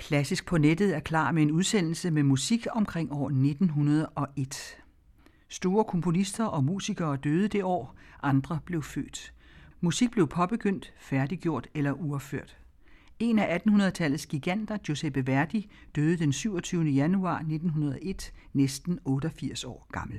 Klassisk på nettet er klar med en udsendelse med musik omkring år 1901. Store komponister og musikere døde det år, andre blev født. Musik blev påbegyndt, færdiggjort eller uopført. En af 1800-tallets giganter, Giuseppe Verdi, døde den 27. januar 1901, næsten 88 år gammel.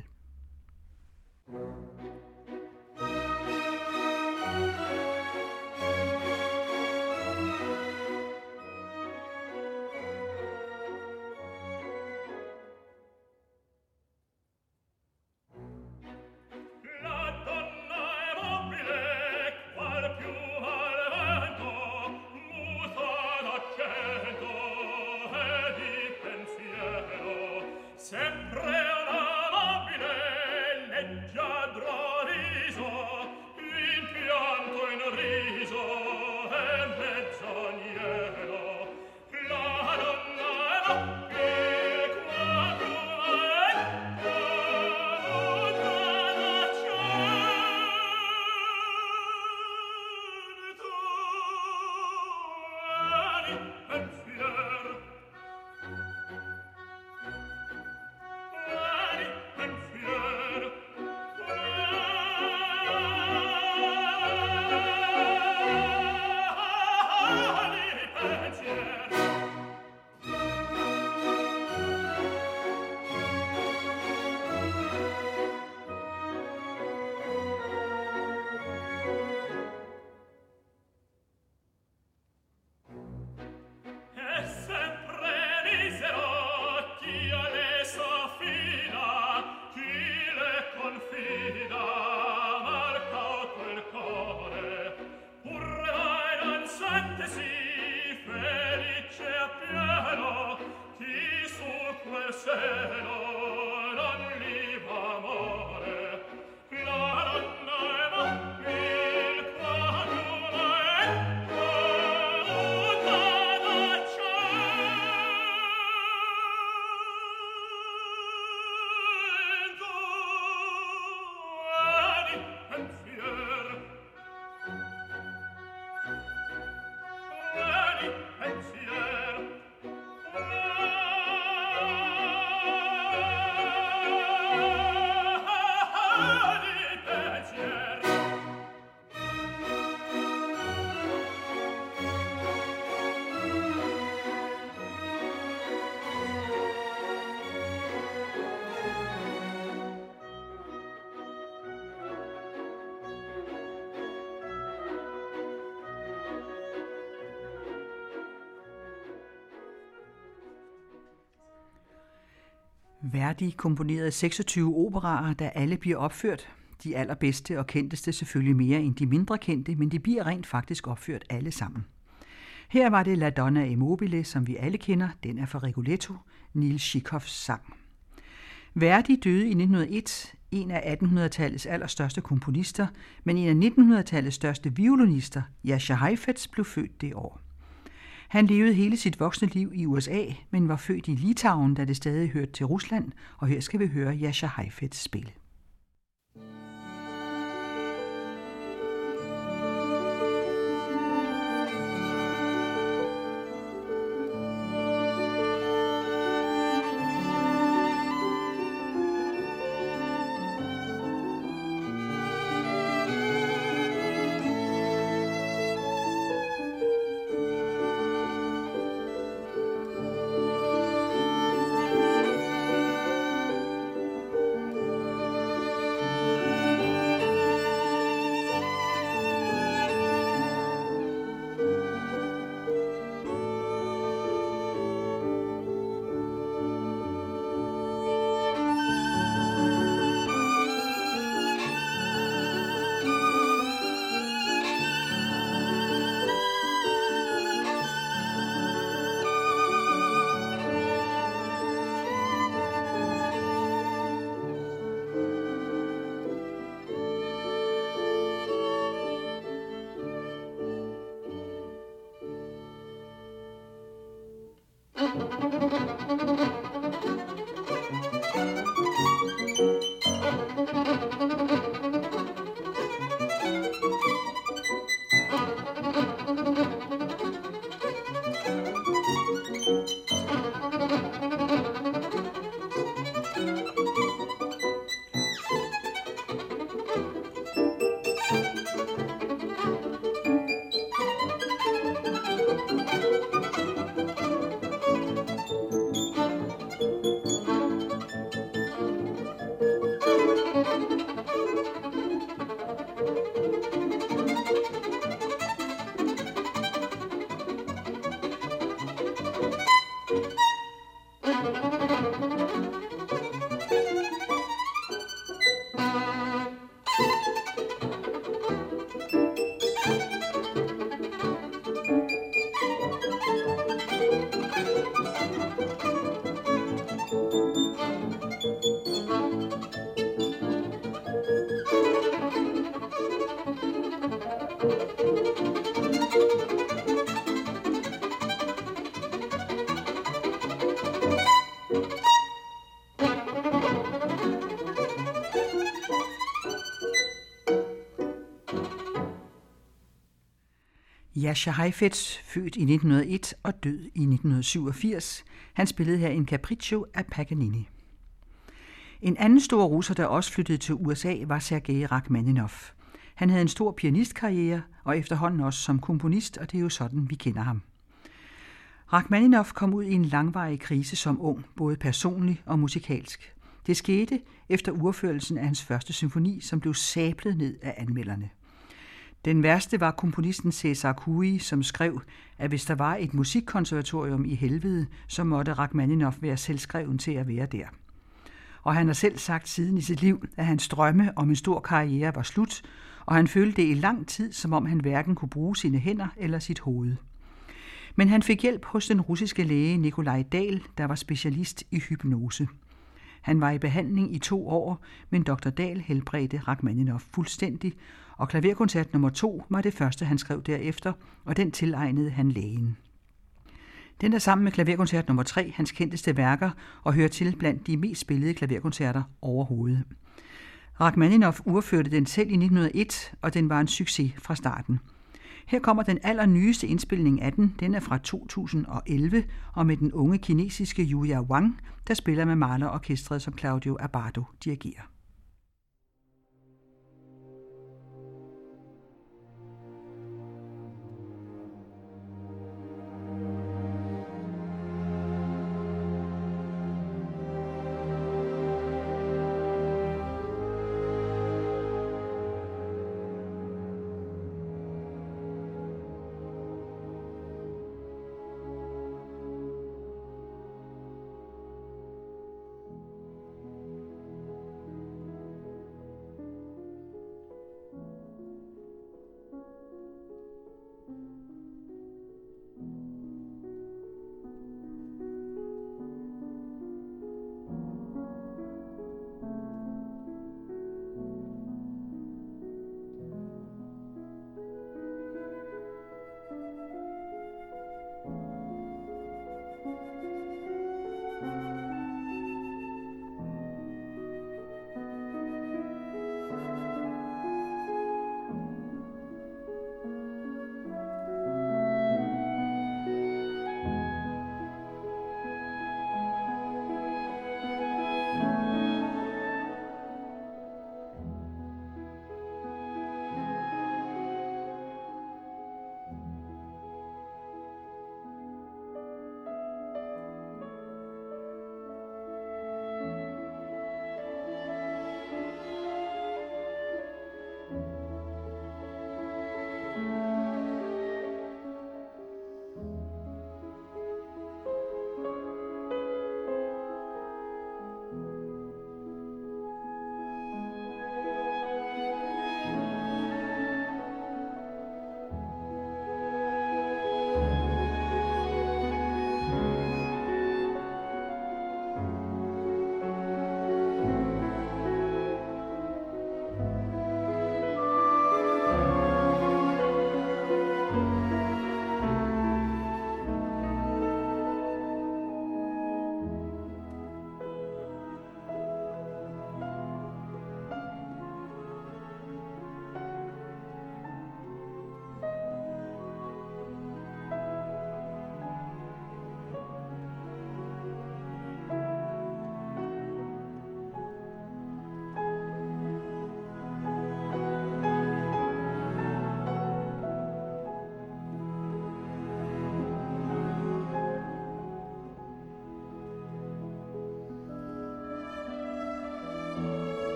Verdi komponerede 26 operaer, der alle bliver opført. De allerbedste og kendteste selvfølgelig mere end de mindre kendte, men de bliver rent faktisk opført alle sammen. Her var det La Donna e Mobile, som vi alle kender. Den er fra Rigoletto, Nils Tjikhovs sang. Verdi døde i 1901, en af 1800-tallets allerstørste komponister, men en af 1900-tallets største violinister, Jascha Heifetz, blev født det år. Han levede hele sit voksne liv i USA, men var født i Litauen, da det stadig hørte til Rusland, og her skal vi høre Jascha Heifetz spille. Jascha Heifetz, født i 1901 og død i 1987. Han spillede her en capriccio af Paganini. En anden stor russer, der også flyttede til USA, var Sergej Rachmaninov. Han havde en stor pianistkarriere og efterhånden også som komponist, og det er jo sådan, vi kender ham. Rachmaninov kom ud i en langvarig krise som ung, både personlig og musikalsk. Det skete efter urførelsen af hans første symfoni, som blev sablet ned af anmelderne. Den værste var komponisten Cæsar Cui, som skrev, at hvis der var et musikkonservatorium i helvede, så måtte Rachmaninov være selvskreven til at være der. Og han har selv sagt siden i sit liv, at hans drømme om en stor karriere var slut, og han følte det i lang tid, som om han hverken kunne bruge sine hænder eller sit hoved. Men han fik hjælp hos den russiske læge Nikolaj Dahl, der var specialist i hypnose. Han var i behandling i 2 år, men Dr. Dahl helbredte Rachmaninov fuldstændig, og klaverkoncert nummer 2 var det første, han skrev derefter, og den tilegnede han lægen. Den er sammen med klaverkoncert nummer 3 hans kendteste værker og hører til blandt de mest spillede klaverkoncerter overhovedet. Rachmaninov urførte den selv i 1901, og den var en succes fra starten. Her kommer den allernyeste indspilning af den. Den er fra 2011, og med den unge kinesiske Yuya Wang, der spiller med Mahler-orkestret, som Claudio Abbado dirigerer.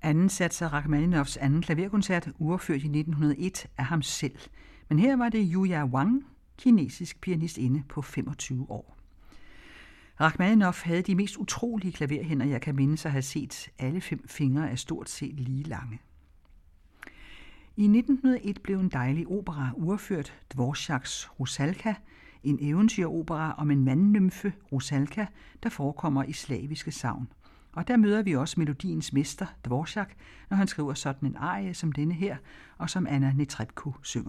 Anden sats af Rachmaninoffs anden klaverkoncert, uropført i 1901 af ham selv. Men her var det Yuya Wang, kinesisk pianistinde på 25 år. Rachmaninoff havde de mest utrolige klaverhænder, jeg kan mindes at have set. Alle 5 fingre er stort set lige lange. I 1901 blev en dejlig opera uropført, Dvoraks Rusalka, en eventyropera om en mandnymfe, Rusalka, der forekommer i slaviske sagn. Og der møder vi også melodiens mester, Dvorak, når han skriver sådan en arie som denne her, og som Anna Netrebko synger.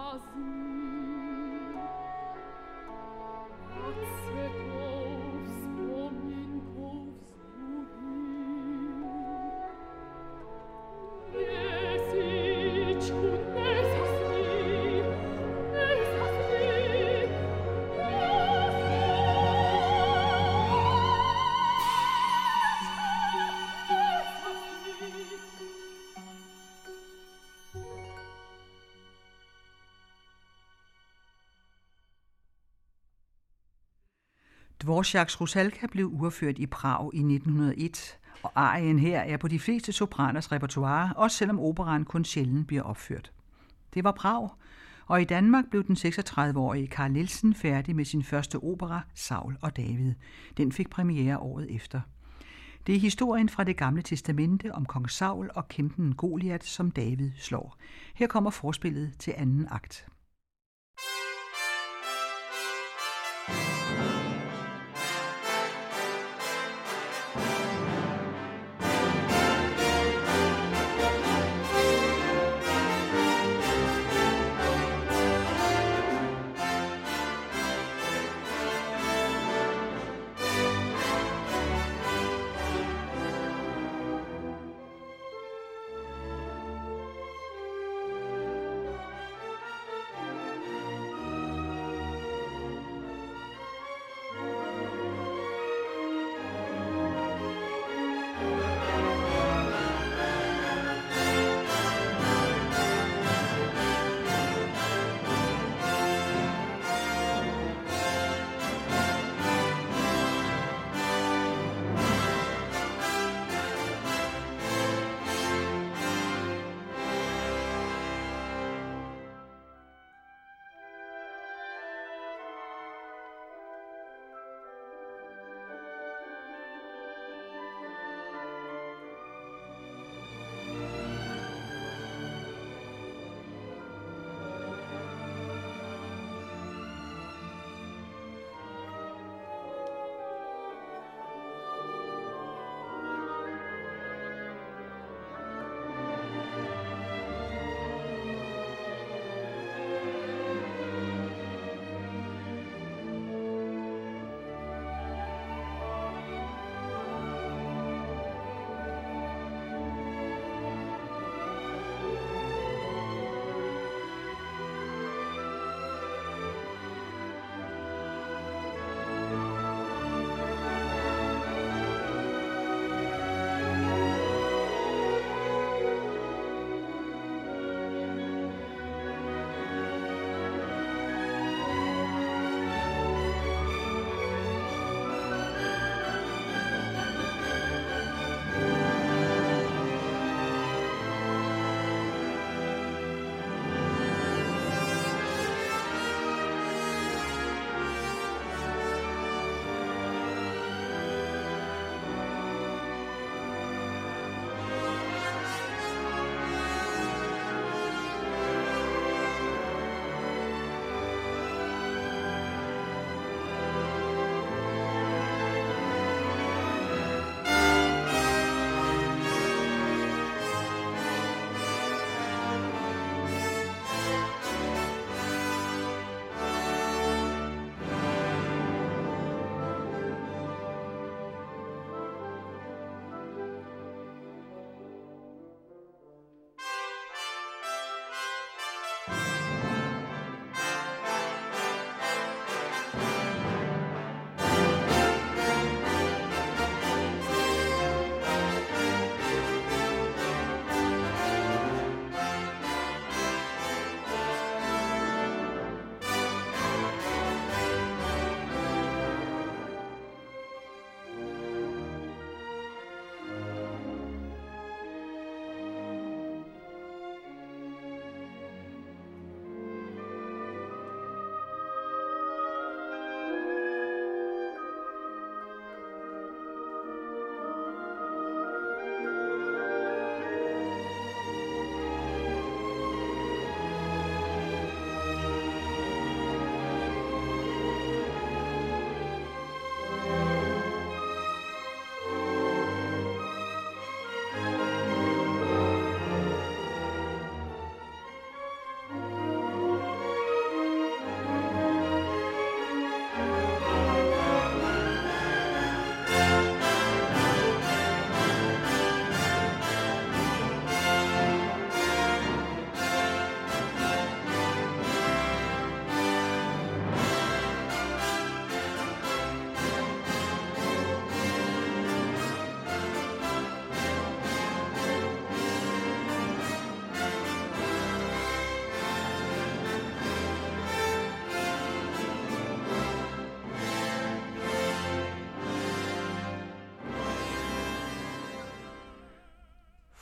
Dvoraks Rusalka blev uafført i Prag i 1901, og arien her er på de fleste sopraners repertoire, også selvom operaen kun sjældent bliver opført. Det var Prag, og i Danmark blev den 36-årige Carl Nielsen færdig med sin første opera, Saul og David. Den fik premiere året efter. Det er historien fra Det Gamle Testamente om kong Saul og kæmpen Goliat, som David slår. Her kommer forspillet til anden akt.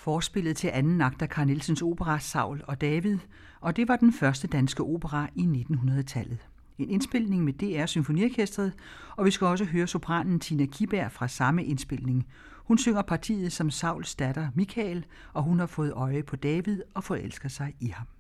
forspillet til anden akt af Carl Nielsens opera Saul og David, og det var den første danske opera i 1900-tallet. En indspilning med DR Symfoniorkestret, og vi skal også høre sopranen Tina Kiberg fra samme indspilning. Hun synger partiet som Sauls datter Michael, og hun har fået øje på David og forelsker sig i ham.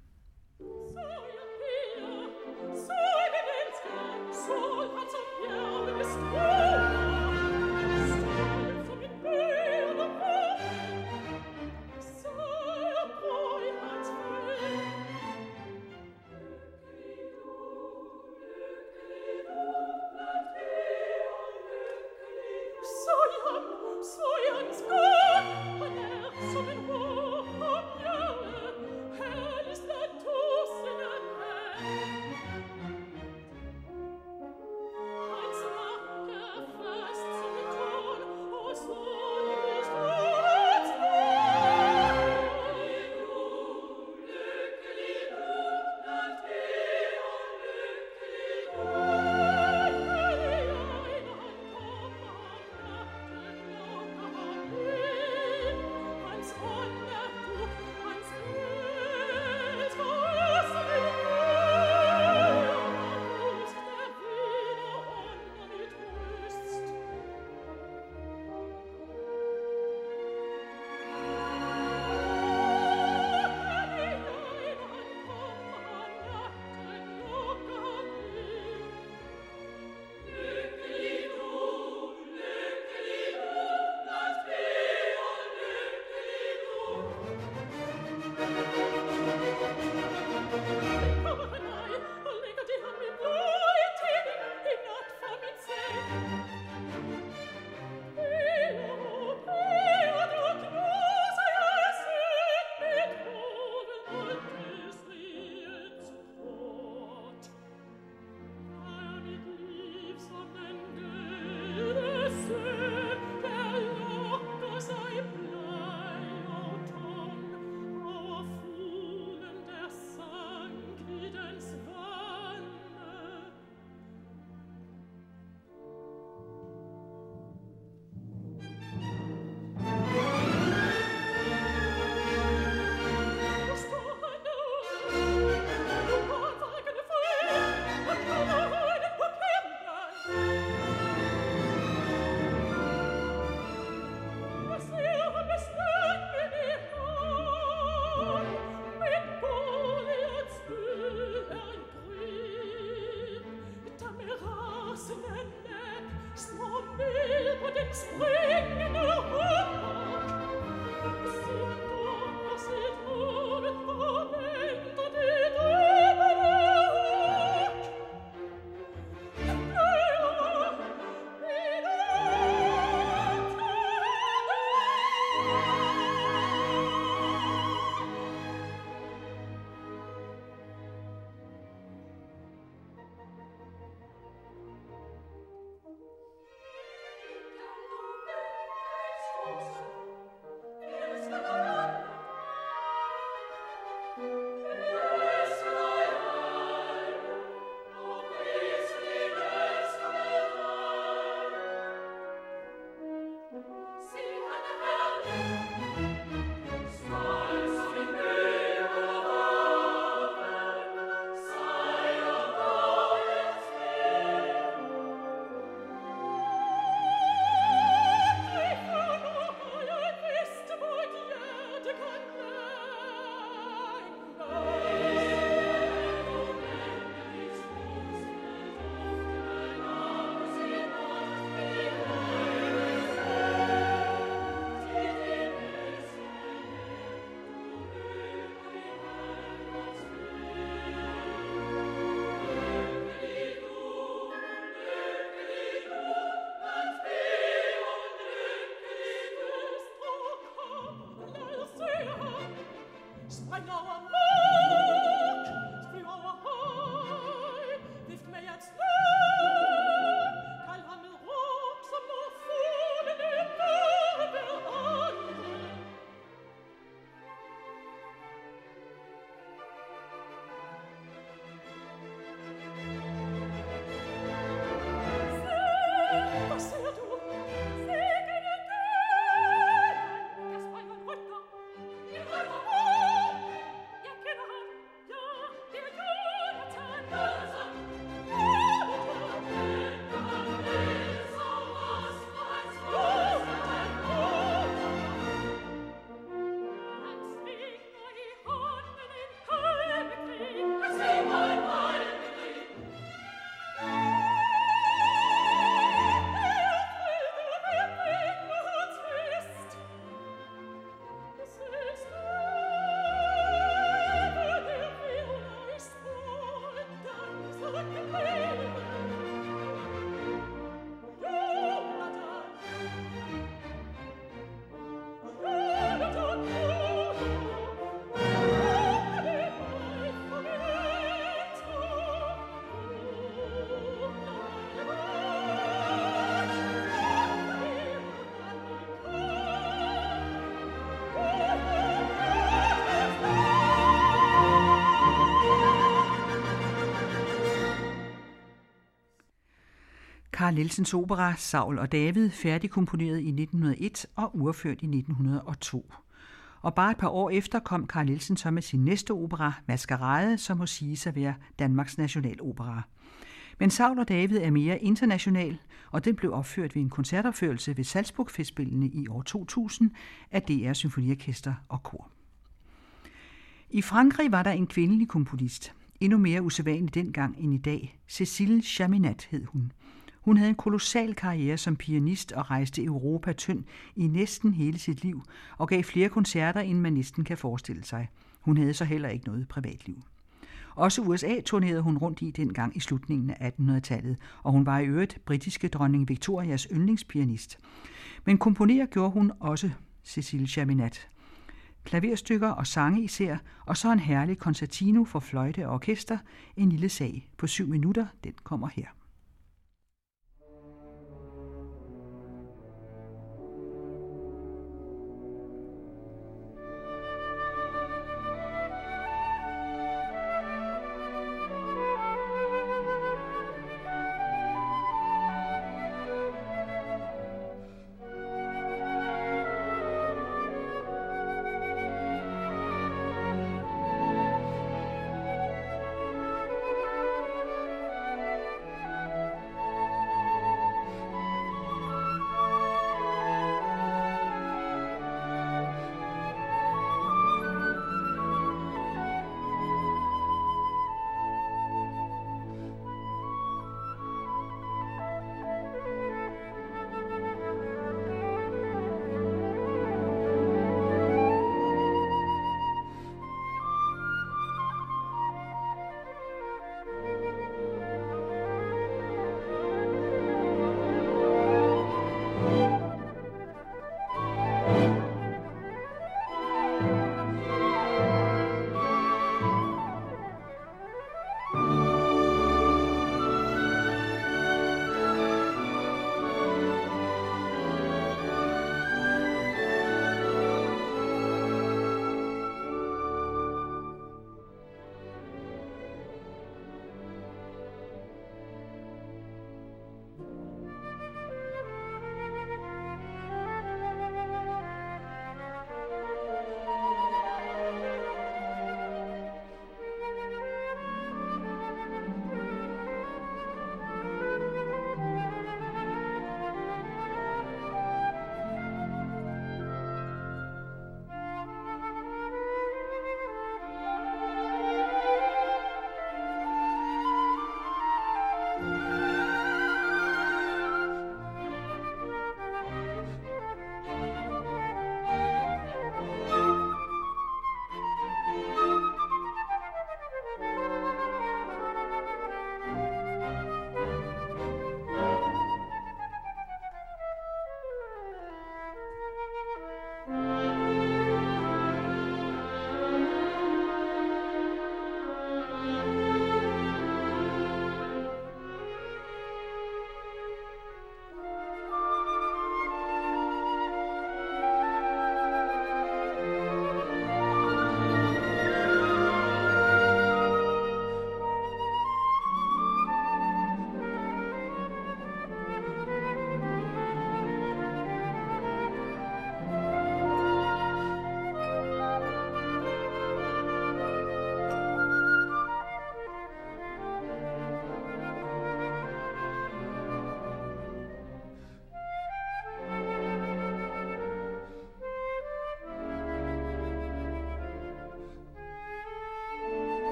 Carl Nielsens opera Saul og David, færdigkomponeret i 1901 og urført i 1902. Og bare et par år efter kom Carl Nielsen så med sin næste opera, Maskerade, som må siges at være Danmarks nationalopera. Men Saul og David er mere international, og den blev opført ved en koncertopførelse ved Salzburg-festspillene i år 2000 af DR Symfoniorkester og kor. I Frankrig var der en kvindelig komponist, endnu mere usædvanlig dengang end i dag. Cécile Chaminade hed hun. Hun havde en kolossal karriere som pianist og rejste Europa tynd i næsten hele sit liv og gav flere koncerter, end man næsten kan forestille sig. Hun havde så heller ikke noget privatliv. Også USA turnerede hun rundt i dengang i slutningen af 1800-tallet, og hun var i øvrigt britiske dronning Victorias yndlingspianist. Men komponere gjorde hun også, Cécile Chaminade. Klaverstykker og sange især, og så en herlig concertino for fløjte og orkester, en lille sag på 7 minutter, den kommer her.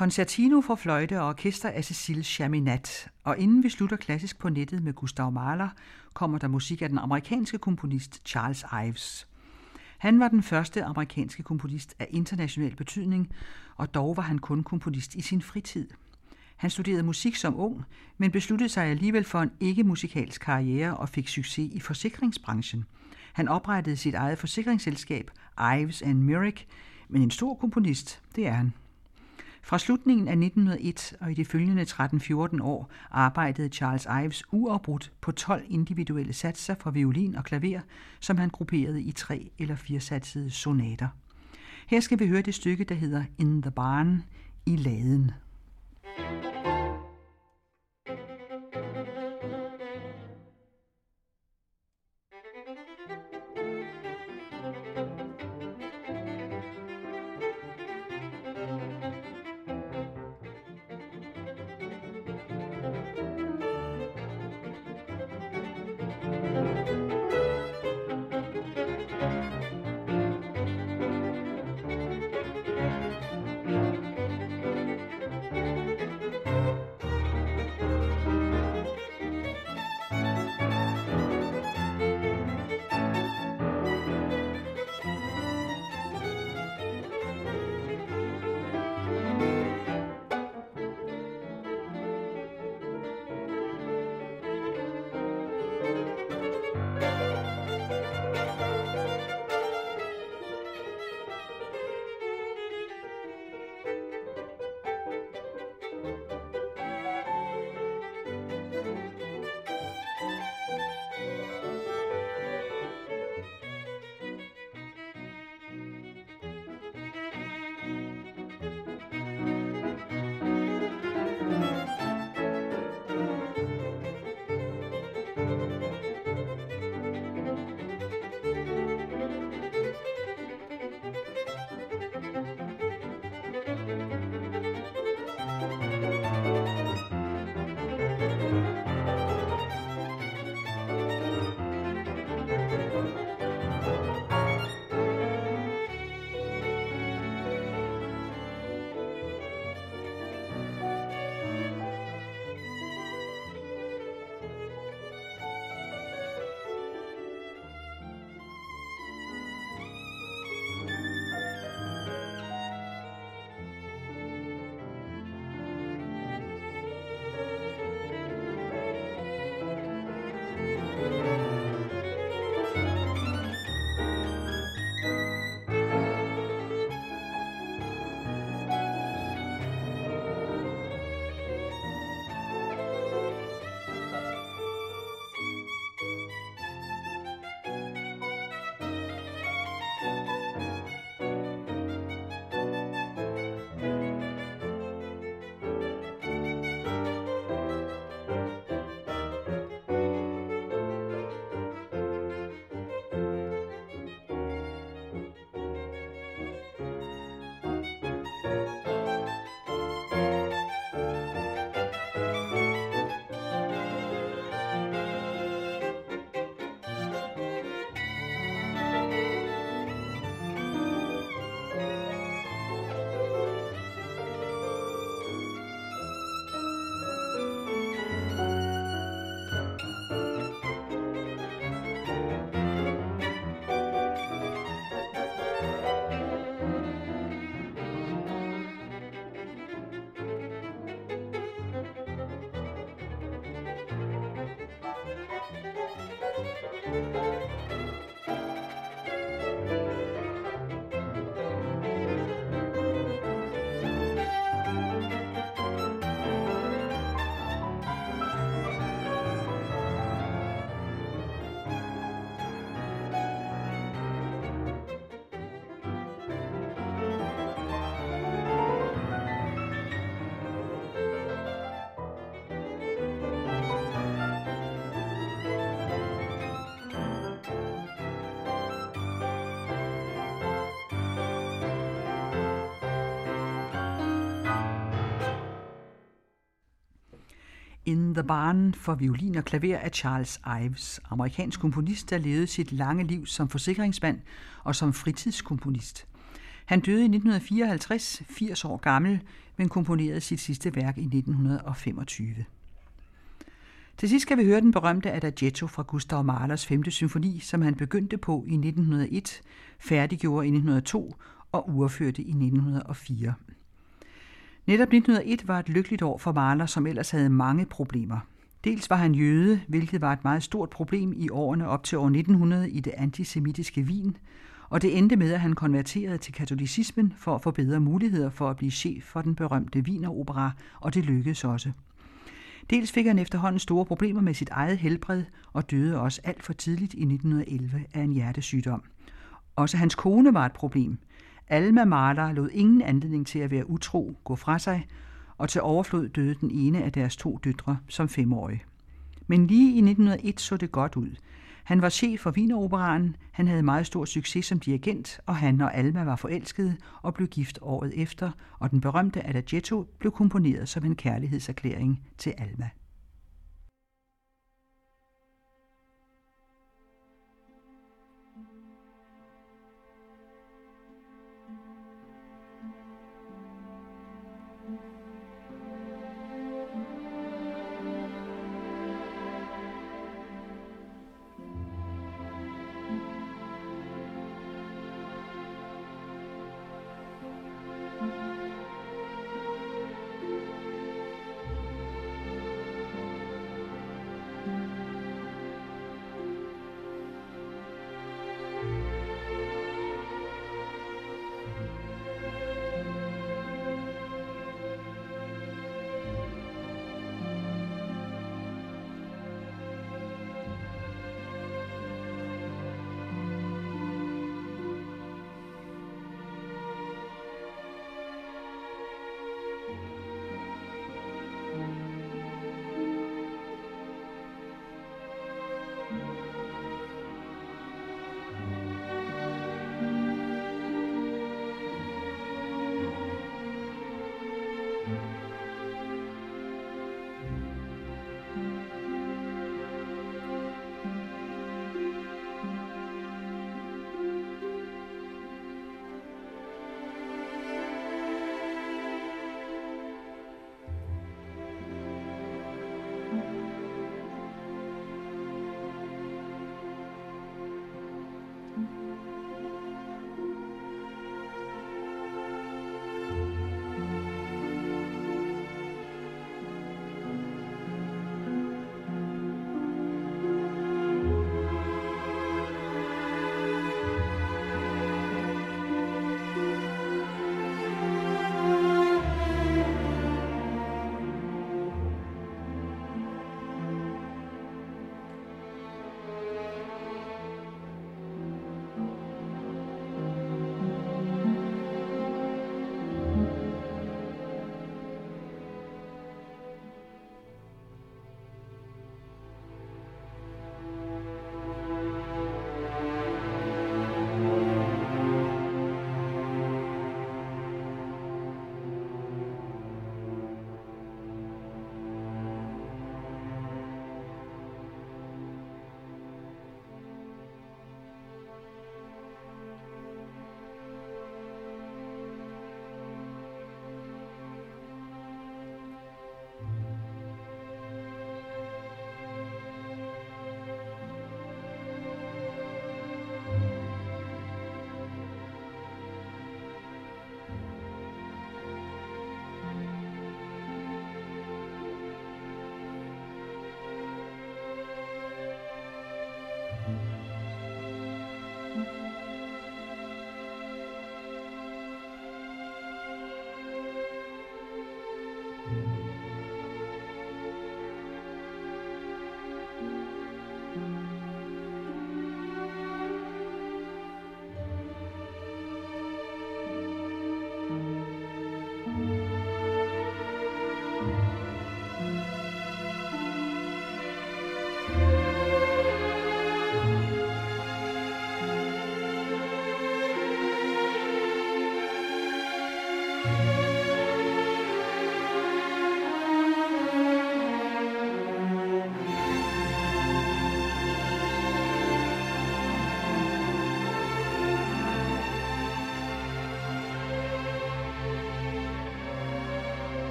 Concertino for fløjte og orkester af Cécile Chaminade. Og inden vi slutter klassisk på nettet med Gustav Mahler, kommer der musik af den amerikanske komponist Charles Ives. Han var den første amerikanske komponist af international betydning, og dog var han kun komponist i sin fritid. Han studerede musik som ung, men besluttede sig alligevel for en ikke-musikalsk karriere og fik succes i forsikringsbranchen. Han oprettede sit eget forsikringsselskab, Ives & Myrick, men en stor komponist, det er han. Fra slutningen af 1901 og i de følgende 13-14 år arbejdede Charles Ives uafbrudt på 12 individuelle satser for violin og klaver, som han grupperede i 3- eller 4-satsede sonater. Her skal vi høre det stykke, der hedder In the Barn, i laden. In the Barn for violin og klaver af Charles Ives, amerikansk komponist, der levede sit lange liv som forsikringsmand og som fritidskomponist. Han døde i 1954, 80 år gammel, men komponerede sit sidste værk i 1925. Til sidst skal vi høre den berømte Adagietto fra Gustav Mahlers 5. symfoni, som han begyndte på i 1901, færdiggjorde i 1902 og uafførte i 1904. Netop 1901 var et lykkeligt år for Mahler, som ellers havde mange problemer. Dels var han jøde, hvilket var et meget stort problem i årene op til år 1900 i det antisemitiske Wien, og det endte med, at han konverterede til katolicismen for at få bedre muligheder for at blive chef for den berømte Wieneropera, og det lykkedes også. Dels fik han efterhånden store problemer med sit eget helbred og døde også alt for tidligt i 1911 af en hjertesygdom. Også hans kone var et problem. Alma Mahler lod ingen anledning til at være utro gå fra sig, og til overflod døde den ene af deres 2 døtre som 5-årig. Men lige i 1901 så det godt ud. Han var chef for Wieneroperaen, han havde meget stor succes som dirigent, og han og Alma var forelskede og blev gift året efter, og den berømte Adagietto blev komponeret som en kærlighedserklæring til Alma.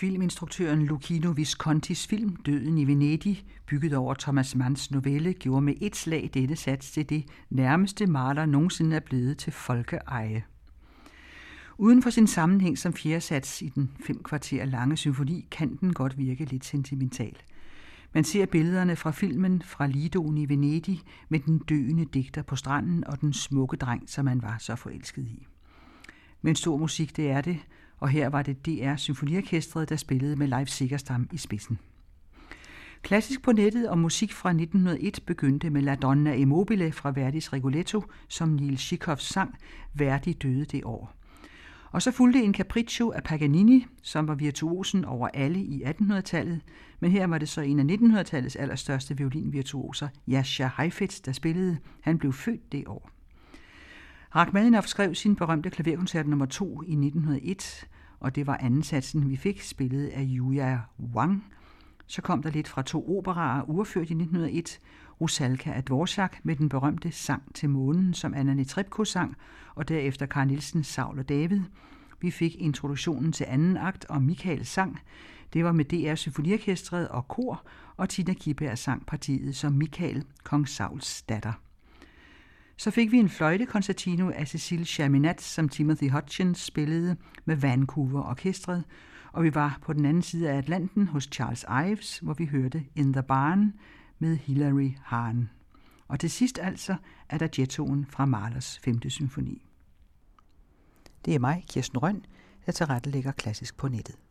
Filminstruktøren Luchino Viscontis film Døden i Venedig, bygget over Thomas Manns novelle, gjorde med et slag denne sats til det nærmeste Mahler nogensinde er blevet til folkeeje. Uden for sin sammenhæng som fjerde sats i den 5 kvarter lange symfoni, kan den godt virke lidt sentimental. Man ser billederne fra filmen fra Lidoen i Venedig med den døende digter på stranden og den smukke dreng, som man var så forelsket i. Men stor musik, det er det, og her var det DR Symfoniorkestret, der spillede med Leif Segerstam i spidsen. Klassisk på nettet og musik fra 1901 begyndte med La Donna Immobile fra Verdis Rigoletto, som Niels Schikhoffs sang. Verdi døde det år. Og så fulgte en capriccio af Paganini, som var virtuosen over alle i 1800-tallet, men her var det så en af 1900-tallets allerstørste violinvirtuoser, Jascha Heifetz, der spillede. Han blev født det år. Rachmaninov skrev sin berømte klaverkoncert nummer 2 i 1901, og det var anden satsen, vi fik, spillet af Yuya Wang. Så kom der lidt fra 2 operaer, uafført i 1901, Rusalka af Dvorak med den berømte Sang til månen, som Anna Netrebko sang, og derefter Carl Nielsens Saul og David. Vi fik introduktionen til anden akt, og Michaels sang. Det var med DR Symfoniorkestret og kor, og Tina Kibær sang partiet som Michael, kong Sauls datter. Så fik vi en fløjtekoncertino af Cécile Chaminade, som Timothy Hutchins spillede med Vancouver Orkestret, og vi var på den anden side af Atlanten hos Charles Ives, hvor vi hørte In the Barn med Hilary Hahn. Og til sidst altså er der Jettoen fra Mahlers 5. symfoni. Det er mig, Kirsten Rønn, der tilrettelægger Klassisk på nettet.